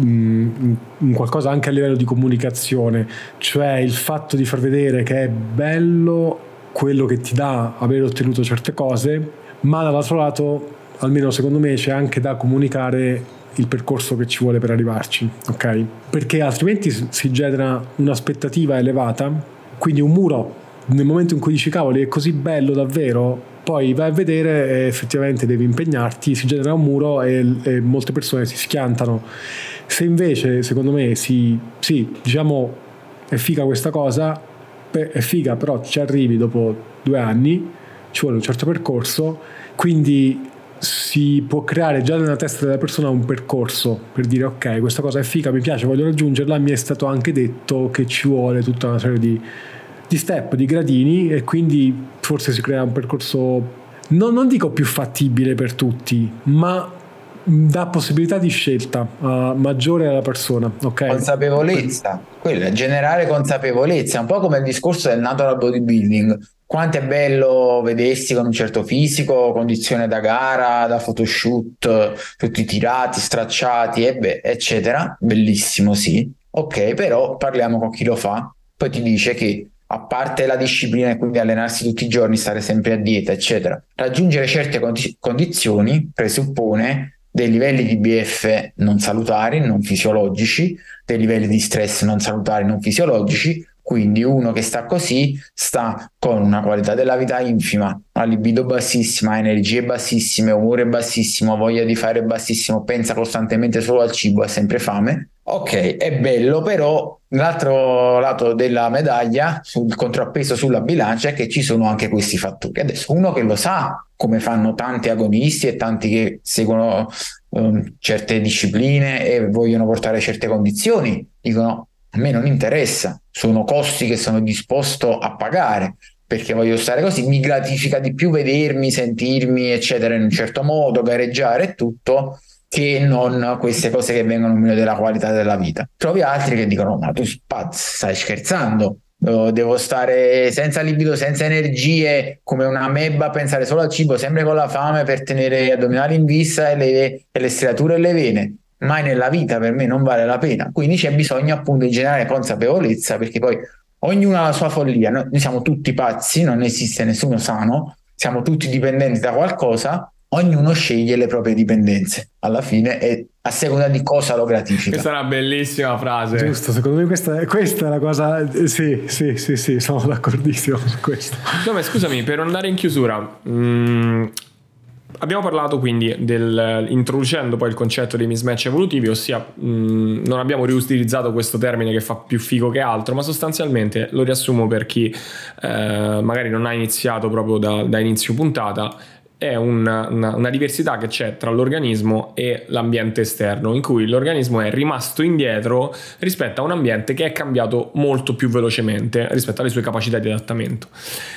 qualcosa anche a livello di comunicazione, cioè il fatto di far vedere che è bello quello che ti dà aver ottenuto certe cose, ma dall'altro lato, almeno secondo me, c'è anche da comunicare il percorso che ci vuole per arrivarci, ok? Perché altrimenti si genera un'aspettativa elevata, quindi un muro. Nel momento in cui dici cavoli è così bello davvero, poi vai a vedere e effettivamente devi impegnarti, si genera un muro e molte persone si schiantano. Se invece secondo me sì, diciamo è figa questa cosa, è figa, però ci arrivi dopo 2 anni, ci vuole un certo percorso, quindi si può creare già nella testa della persona un percorso per dire ok, questa cosa è figa, mi piace, voglio raggiungerla. Mi è stato anche detto che ci vuole tutta una serie di step, di gradini, e quindi forse si crea un percorso, non dico più fattibile per tutti, ma dà possibilità di scelta maggiore alla persona, ok? Consapevolezza, quella, generare consapevolezza, un po' come il discorso del natural bodybuilding. Quanto è bello vedersi con un certo fisico, condizione da gara, da photoshoot, tutti tirati, stracciati, eccetera. Bellissimo, sì. Ok, però parliamo con chi lo fa. Poi ti dice che a parte la disciplina e quindi allenarsi tutti i giorni, stare sempre a dieta, eccetera, raggiungere certe condizioni presuppone dei livelli di BF non salutari, non fisiologici, dei livelli di stress non salutari, non fisiologici. Quindi uno che sta così sta con una qualità della vita infima, una libido bassissima, energie bassissime, umore bassissimo, voglia di fare bassissimo, pensa costantemente solo al cibo, ha sempre fame. Ok, è bello, però l'altro lato della medaglia, sul contrappeso sulla bilancia, è che ci sono anche questi fattori. Adesso uno che lo sa, come fanno tanti agonisti e tanti che seguono certe discipline e vogliono portare certe condizioni, dicono: a me non interessa, sono costi che sono disposto a pagare perché voglio stare così, mi gratifica di più vedermi, sentirmi, eccetera, in un certo modo, gareggiare e tutto, che non queste cose che vengono meno della qualità della vita. Trovi altri che dicono: ma tu stai scherzando, devo stare senza libido, senza energie, come una mebba a pensare solo al cibo, sempre con la fame per tenere gli addominali in vista e le striature e le vene. Mai nella vita, per me non vale la pena. Quindi c'è bisogno appunto di generare consapevolezza, perché poi ognuno ha la sua follia. Noi siamo tutti pazzi, non esiste nessuno sano, siamo tutti dipendenti da qualcosa, ognuno sceglie le proprie dipendenze alla fine e a seconda di cosa lo gratifica. Questa è una bellissima frase. Giusto, secondo me questa è la cosa. Sì, sono d'accordissimo su questo. No, ma scusami, per andare in chiusura, abbiamo parlato quindi introducendo poi il concetto dei mismatch evolutivi, ossia non abbiamo riutilizzato questo termine che fa più figo che altro, ma sostanzialmente lo riassumo per chi magari non ha iniziato proprio da inizio puntata. È una diversità che c'è tra l'organismo e l'ambiente esterno, in cui l'organismo è rimasto indietro rispetto a un ambiente che è cambiato molto più velocemente rispetto alle sue capacità di adattamento.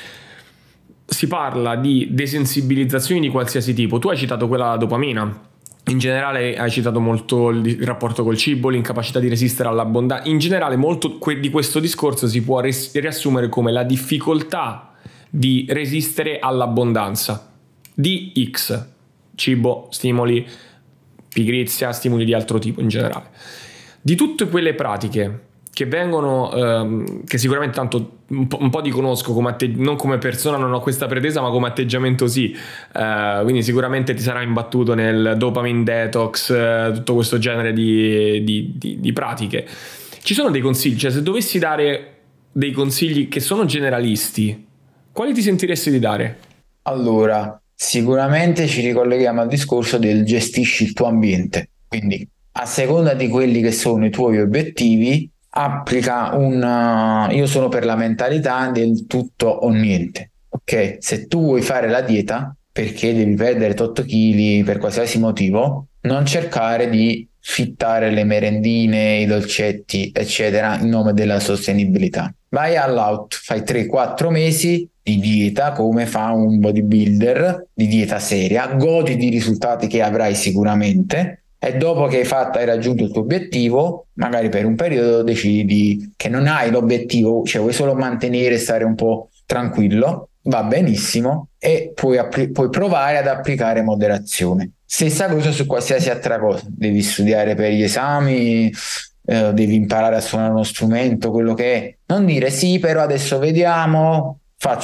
Si parla di desensibilizzazioni di qualsiasi tipo. Tu hai citato quella della dopamina, in generale hai citato molto il rapporto col cibo, l'incapacità di resistere all'abbondanza. In generale molto di questo discorso si può riassumere come la difficoltà di resistere all'abbondanza di X, cibo, stimoli, pigrizia, stimoli di altro tipo in generale. Di tutte quelle pratiche che vengono, che sicuramente tanto un po' ti conosco come non come persona, non ho questa pretesa, ma come atteggiamento sì, quindi sicuramente ti sarà imbattuto nel dopamine detox, tutto questo genere di pratiche. Ci sono dei consigli? Cioè, se dovessi dare dei consigli che sono generalisti, quali ti sentiresti di dare? Allora, sicuramente ci ricolleghiamo al discorso del gestisci il tuo ambiente, quindi a seconda di quelli che sono i tuoi obiettivi applica io sono per la mentalità del tutto o niente, ok? Se tu vuoi fare la dieta perché devi perdere 8 kg per qualsiasi motivo, non cercare di fittare le merendine, i dolcetti, eccetera, in nome della sostenibilità. Vai all'out, fai 3-4 mesi di dieta come fa un bodybuilder, di dieta seria, goditi i risultati che avrai sicuramente, e dopo che hai raggiunto il tuo obiettivo, magari per un periodo decidi che non hai l'obiettivo, cioè vuoi solo mantenere e stare un po' tranquillo, va benissimo, e puoi provare ad applicare moderazione. Stessa cosa su qualsiasi altra cosa, devi studiare per gli esami, devi imparare a suonare uno strumento, quello che è, non dire sì, però adesso vediamo,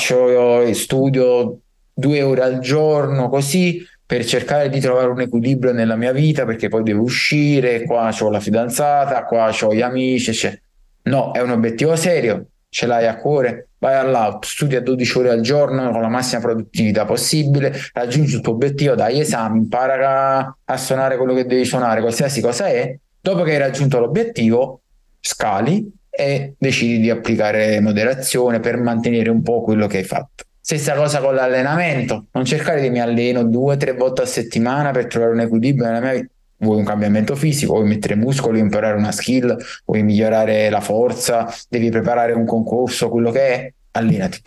studio 2 ore al giorno così per cercare di trovare un equilibrio nella mia vita, perché poi devo uscire, qua c'ho la fidanzata, qua c'ho gli amici, no, è un obiettivo serio, ce l'hai a cuore, vai all'out, studia 12 ore al giorno con la massima produttività possibile, raggiungi il tuo obiettivo, dai esami, impara a suonare quello che devi suonare, qualsiasi cosa è. Dopo che hai raggiunto l'obiettivo, scali e decidi di applicare moderazione per mantenere un po' quello che hai fatto. Stessa cosa con l'allenamento, non cercare di mi alleno 2-3 volte a settimana per trovare un equilibrio nella mia vita. Vuoi un cambiamento fisico, vuoi mettere muscoli, imparare una skill, vuoi migliorare la forza, devi preparare un concorso, quello che è, allenati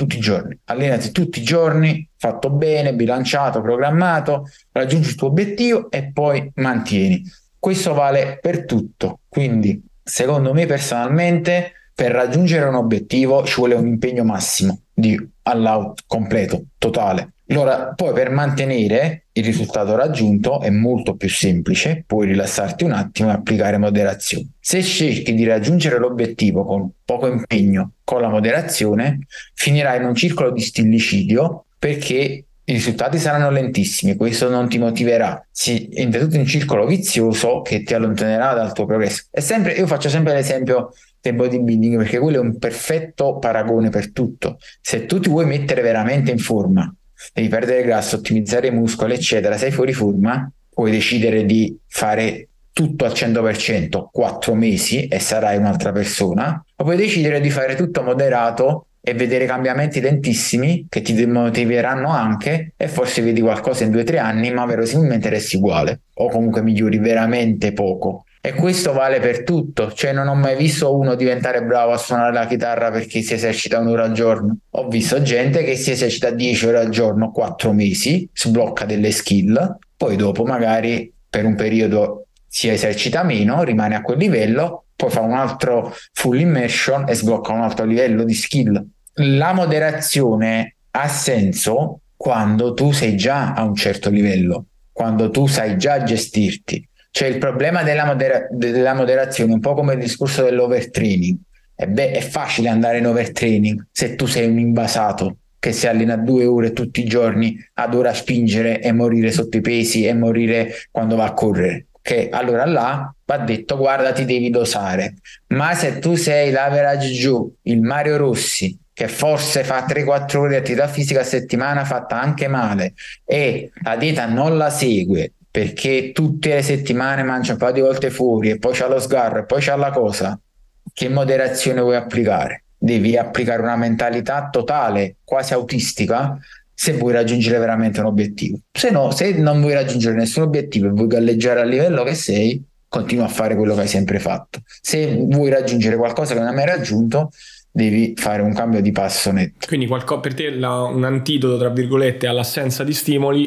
tutti i giorni, fatto bene, bilanciato, programmato, raggiungi il tuo obiettivo e poi mantieni. Questo vale per tutto, quindi secondo me personalmente per raggiungere un obiettivo ci vuole un impegno massimo di all out completo, totale. Allora, poi per mantenere il risultato raggiunto è molto più semplice, puoi rilassarti un attimo e applicare moderazione. Se cerchi di raggiungere l'obiettivo con poco impegno, con la moderazione, finirai in un circolo di stillicidio perché i risultati saranno lentissimi, questo non ti motiverà, si entra tutto in un circolo vizioso che ti allontanerà dal tuo progresso. Io faccio sempre l'esempio del bodybuilding perché quello è un perfetto paragone per tutto. Se tu ti vuoi mettere veramente in forma, devi perdere grasso, ottimizzare i muscoli, eccetera, sei fuori forma, puoi decidere di fare tutto al 100%, 4 mesi e sarai un'altra persona, o puoi decidere di fare tutto moderato e vedere cambiamenti lentissimi che ti demotiveranno anche e forse vedi qualcosa in 2-3 anni, ma verosimilmente resti uguale o comunque migliori veramente poco. E questo vale per tutto, cioè non ho mai visto uno diventare bravo a suonare la chitarra perché si esercita un'ora al giorno. Ho visto gente che si esercita 10 ore al giorno, 4 mesi, sblocca delle skill, poi dopo magari per un periodo si esercita meno, rimane a quel livello, poi fa un altro full immersion e sblocca un altro livello di skill. La moderazione ha senso quando tu sei già a un certo livello, quando tu sai già gestirti. Cioè il problema della moderazione è un po' come il discorso dell'overtraining. È facile andare in overtraining se tu sei un invasato che si allena 2 ore tutti i giorni, adora spingere e morire sotto i pesi e morire quando va a correre. Che allora là va detto guarda ti devi dosare, ma se tu sei l'average Joe, il Mario Rossi che forse fa 3-4 ore di attività fisica a settimana fatta anche male e la dieta non la segue perché tutte le settimane mangia un paio di volte fuori e poi c'ha lo sgarro e poi c'ha la cosa, che moderazione vuoi applicare? Devi applicare una mentalità totale, quasi autistica, se vuoi raggiungere veramente un obiettivo. Se no, se non vuoi raggiungere nessun obiettivo e vuoi galleggiare al livello che sei, continua a fare quello che hai sempre fatto. Se vuoi raggiungere qualcosa che non hai mai raggiunto, devi fare un cambio di passo netto. Quindi per te un antidoto tra virgolette all'assenza di stimoli,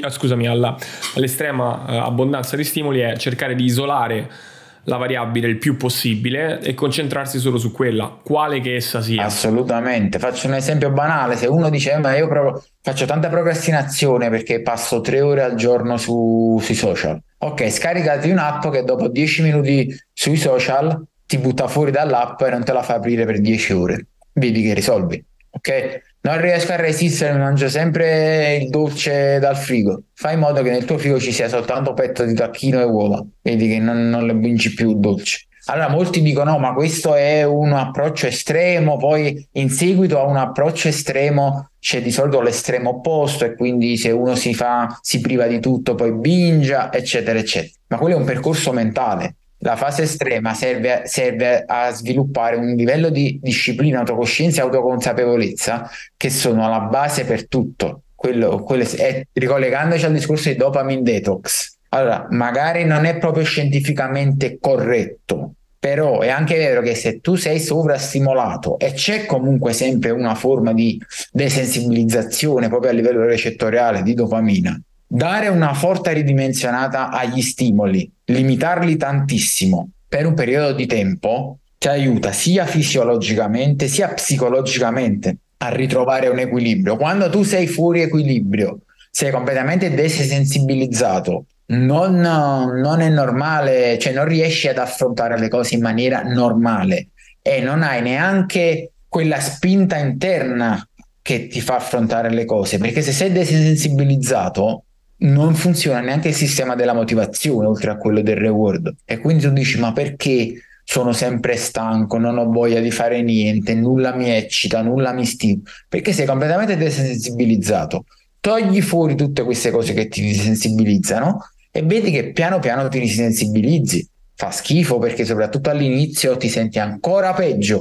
all'estrema abbondanza di stimoli è cercare di isolare la variabile il più possibile e concentrarsi solo su quella, quale che essa sia. Assolutamente. Faccio un esempio banale: se uno dice ma io faccio tanta procrastinazione perché passo 3 ore al giorno sui social, ok, scaricati un'app che dopo 10 minuti sui social ti butta fuori dall'app e non te la fa aprire per 10 ore. Vedi che risolvi, ok? Non riesco a resistere, mi mangio sempre il dolce dal frigo. Fai in modo che nel tuo frigo ci sia soltanto petto di tacchino e uova. Vedi che non le vinci più il dolce. Allora molti dicono no, ma questo è un approccio estremo, poi in seguito a un approccio estremo c'è di solito l'estremo opposto e quindi se uno si priva di tutto poi bingia, eccetera, eccetera. Ma quello è un percorso mentale. La fase estrema serve a sviluppare un livello di disciplina, autocoscienza e autoconsapevolezza che sono alla base per tutto. Ricollegandoci al discorso di dopamine detox. Allora, magari non è proprio scientificamente corretto, però è anche vero che se tu sei sovrastimolato e c'è comunque sempre una forma di desensibilizzazione proprio a livello recettoriale di dopamina, dare una forte ridimensionata agli stimoli, limitarli tantissimo per un periodo di tempo ti aiuta sia fisiologicamente sia psicologicamente a ritrovare un equilibrio. Quando tu sei fuori equilibrio, sei completamente desensibilizzato, non è normale, cioè non riesci ad affrontare le cose in maniera normale e non hai neanche quella spinta interna che ti fa affrontare le cose, perché se sei desensibilizzato non funziona neanche il sistema della motivazione oltre a quello del reward e quindi tu dici ma perché sono sempre stanco, non ho voglia di fare niente, nulla mi eccita, nulla mi stimola, perché sei completamente desensibilizzato. Togli fuori tutte queste cose che ti disensibilizzano e vedi che piano piano ti risensibilizzi. Fa schifo perché soprattutto all'inizio ti senti ancora peggio,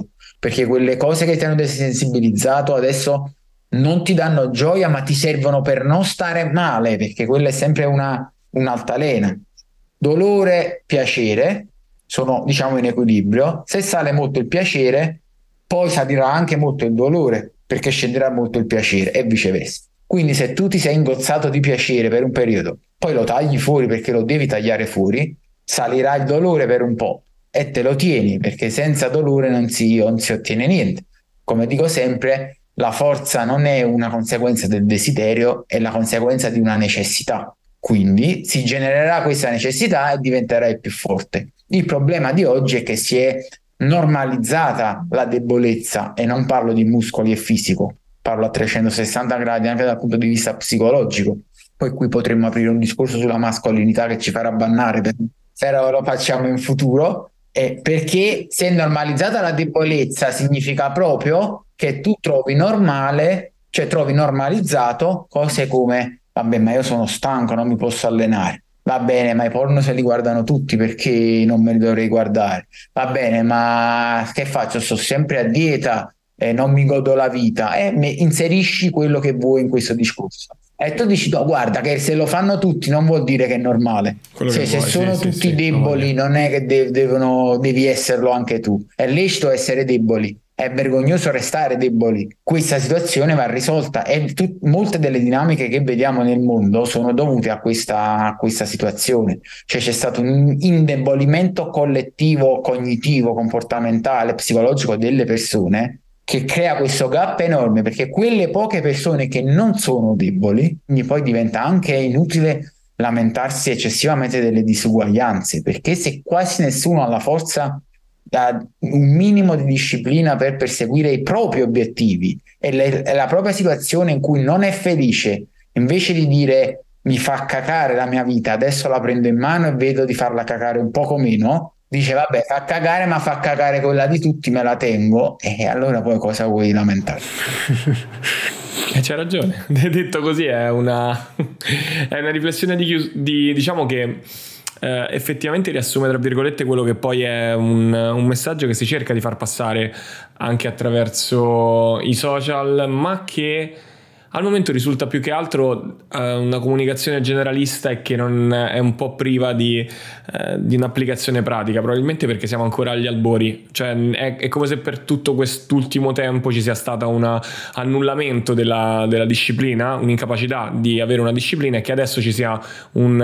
perché quelle cose che ti hanno desensibilizzato adesso non ti danno gioia, ma ti servono per non stare male, perché quella è sempre un'altalena. Dolore, piacere sono, diciamo, in equilibrio. Se sale molto il piacere, poi salirà anche molto il dolore, perché scenderà molto il piacere e viceversa. Quindi se tu ti sei ingozzato di piacere per un periodo, poi lo tagli fuori perché lo devi tagliare fuori, salirà il dolore per un po' e te lo tieni, perché senza dolore non si ottiene niente. Come dico sempre, la forza non è una conseguenza del desiderio, è la conseguenza di una necessità. Quindi si genererà questa necessità e diventerai più forte. Il problema di oggi è che si è normalizzata la debolezza, e non parlo di muscoli e fisico, parlo a 360 gradi anche dal punto di vista psicologico. Poi qui potremmo aprire un discorso sulla mascolinità che ci farà bannare, però lo facciamo in futuro. Perché se è normalizzata la debolezza significa proprio che tu trovi normale, cioè trovi normalizzato cose come vabbè, ma io sono stanco, non mi posso allenare. Va bene, ma i porno se li guardano tutti, perché non me li dovrei guardare? Va bene, ma che faccio? Sto sempre a dieta e non mi godo la vita. E inserisci quello che vuoi in questo discorso. E tu dici, no, guarda, che se lo fanno tutti non vuol dire che è normale. Se sono tutti deboli, non è che devi esserlo anche tu. È lecito essere deboli. È vergognoso restare deboli. Questa situazione va risolta e molte delle dinamiche che vediamo nel mondo sono dovute a questa situazione. Cioè c'è stato un indebolimento collettivo, cognitivo, comportamentale, psicologico delle persone che crea questo gap enorme, perché quelle poche persone che non sono deboli, quindi poi diventa anche inutile lamentarsi eccessivamente delle disuguaglianze, perché se quasi nessuno ha la forza, un minimo di disciplina per perseguire i propri obiettivi e la propria situazione in cui non è felice, invece di dire mi fa cacare la mia vita, adesso la prendo in mano e vedo di farla cacare un poco meno, dice vabbè, fa cagare, ma fa cagare quella di tutti, me la tengo, e allora poi cosa vuoi lamentare? C'è ragione, detto così è una riflessione diciamo che effettivamente riassume tra virgolette quello che poi è un messaggio che si cerca di far passare anche attraverso i social, ma che al momento risulta più che altro una comunicazione generalista e che non è un po' priva di un'applicazione pratica, probabilmente perché siamo ancora agli albori. Cioè è come se per tutto quest'ultimo tempo ci sia stato un annullamento della disciplina, un'incapacità di avere una disciplina, e che adesso ci sia un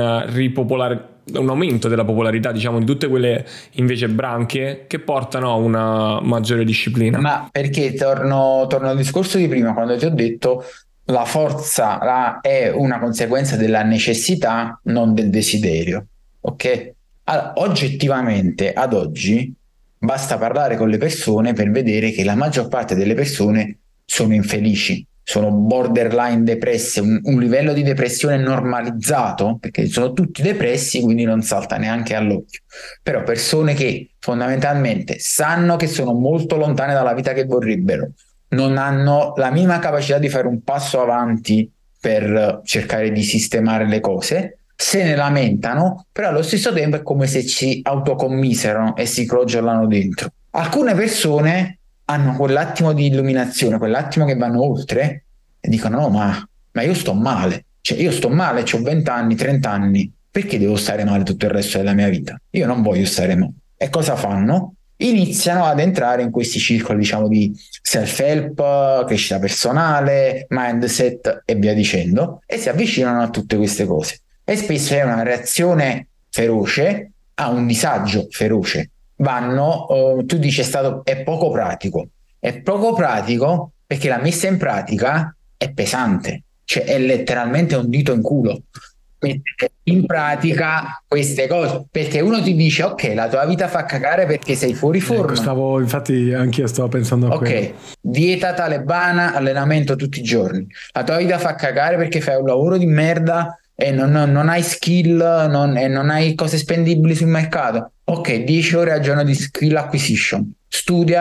aumento della popolarità, diciamo, di tutte quelle invece branche che portano a una maggiore disciplina. Ma perché torno al discorso di prima, quando ti ho detto la forza è una conseguenza della necessità, non del desiderio, ok? Allora, oggettivamente, ad oggi, basta parlare con le persone per vedere che la maggior parte delle persone sono infelici, sono borderline depresse, un livello di depressione normalizzato, perché sono tutti depressi, quindi non salta neanche all'occhio. Però persone che fondamentalmente sanno che sono molto lontane dalla vita che vorrebbero, non hanno la minima capacità di fare un passo avanti per cercare di sistemare le cose, se ne lamentano, però allo stesso tempo è come se ci autocommiserano e si crogiolano dentro. Alcune persone hanno quell'attimo di illuminazione, quell'attimo che vanno oltre e dicono no, ma io sto male, cioè io sto male, ho 20 anni, 30 anni, perché devo stare male tutto il resto della mia vita? Io non voglio stare male. E cosa fanno? Iniziano ad entrare in questi circoli, diciamo, di self-help, crescita personale, mindset e via dicendo, e si avvicinano a tutte queste cose. E spesso è una reazione feroce a un disagio feroce. Tu dici è poco pratico. È poco pratico perché la messa in pratica è pesante, cioè è letteralmente un dito in culo. Mettere in pratica queste cose, perché uno ti dice ok, la tua vita fa cagare perché sei fuori forma, infatti anch'io stavo pensando a quello. Dieta talebana, allenamento tutti i giorni, la tua vita fa cagare perché fai un lavoro di merda e non hai skill e non hai cose spendibili sul mercato. Ok, 10 ore al giorno di skill acquisition, studia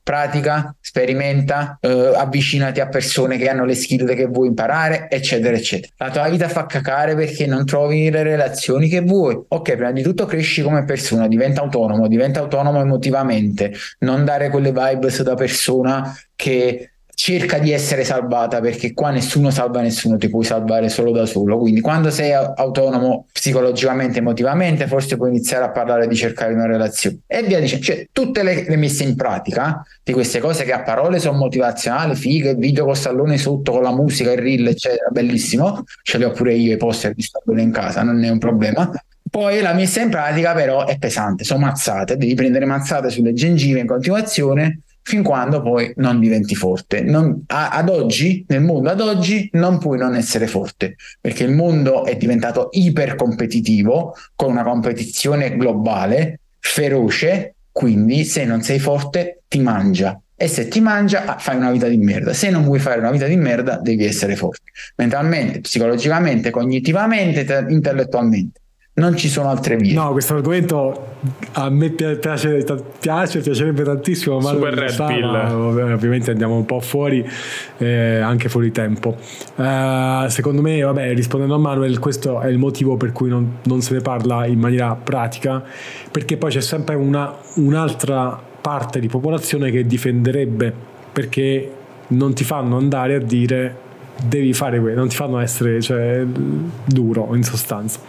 pratica, sperimenta, avvicinati a persone che hanno le skill che vuoi imparare, eccetera eccetera. La tua vita fa cacare perché non trovi le relazioni che vuoi. Ok, prima di tutto cresci come persona, diventa autonomo emotivamente, non dare quelle vibes da persona che cerca di essere salvata, perché qua nessuno salva nessuno, ti puoi salvare solo da solo. Quindi quando sei autonomo psicologicamente, emotivamente, forse puoi iniziare a parlare di cercare una relazione e via dicendo. Cioè, tutte le messe in pratica di queste cose che a parole sono motivazionali, fighe, video con Stallone sotto, con la musica, il reel, eccetera, bellissimo, ce li ho pure io i poster di Stallone in casa, non è un problema. Poi la messa in pratica però è pesante, sono mazzate, devi prendere mazzate sulle gengive in continuazione fin quando poi non diventi forte. Ad oggi, nel mondo ad oggi, non puoi non essere forte, perché il mondo è diventato ipercompetitivo, con una competizione globale, feroce, quindi se non sei forte ti mangia. E se ti mangia, fai una vita di merda. Se non vuoi fare una vita di merda, devi essere forte. Mentalmente, psicologicamente, cognitivamente, intellettualmente. Non ci sono altre vie. No, questo argomento a me piacerebbe tantissimo, ma super red pill. Ovviamente andiamo un po' fuori, anche fuori tempo. Secondo me, vabbè, rispondendo a Manuel, questo è il motivo per cui non se ne parla in maniera pratica, perché poi c'è sempre un'altra parte di popolazione che difenderebbe, perché non ti fanno andare a dire devi fare quello, non ti fanno essere, cioè, duro in sostanza.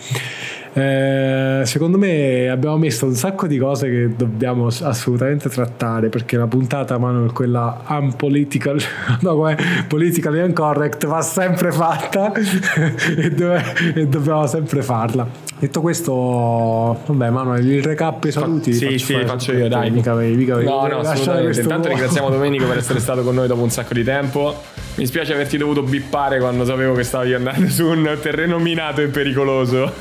Secondo me abbiamo messo un sacco di cose che dobbiamo assolutamente trattare, perché la puntata, Manuel, quella unpolitical, no, politically incorrect, va sempre fatta e dobbiamo sempre farla. Detto questo, vabbè, Manuel, il recap e saluti faccio io, dai. Mica no, assolutamente. Intanto ringraziamo Domenico per essere stato con noi dopo un sacco di tempo. Mi spiace averti dovuto bippare quando sapevo che stavi andando su un terreno minato e pericoloso.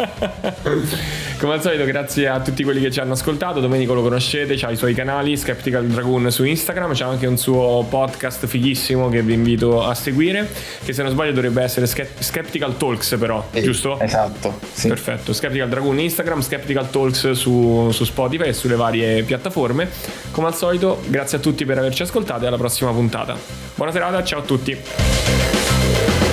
Come al solito, grazie a tutti quelli che ci hanno ascoltato. Domenico lo conoscete, c'ha i suoi canali Skeptical Dragoon su Instagram, c'ha anche un suo podcast fighissimo che vi invito a seguire, che se non sbaglio dovrebbe essere Skeptical Talks, però, giusto? Esatto, sì. Perfetto, Skeptical Dragoon Instagram, Skeptical Talks su Spotify e sulle varie piattaforme. Come al solito, grazie a tutti per averci ascoltato e alla prossima puntata. Buona serata, ciao a tutti.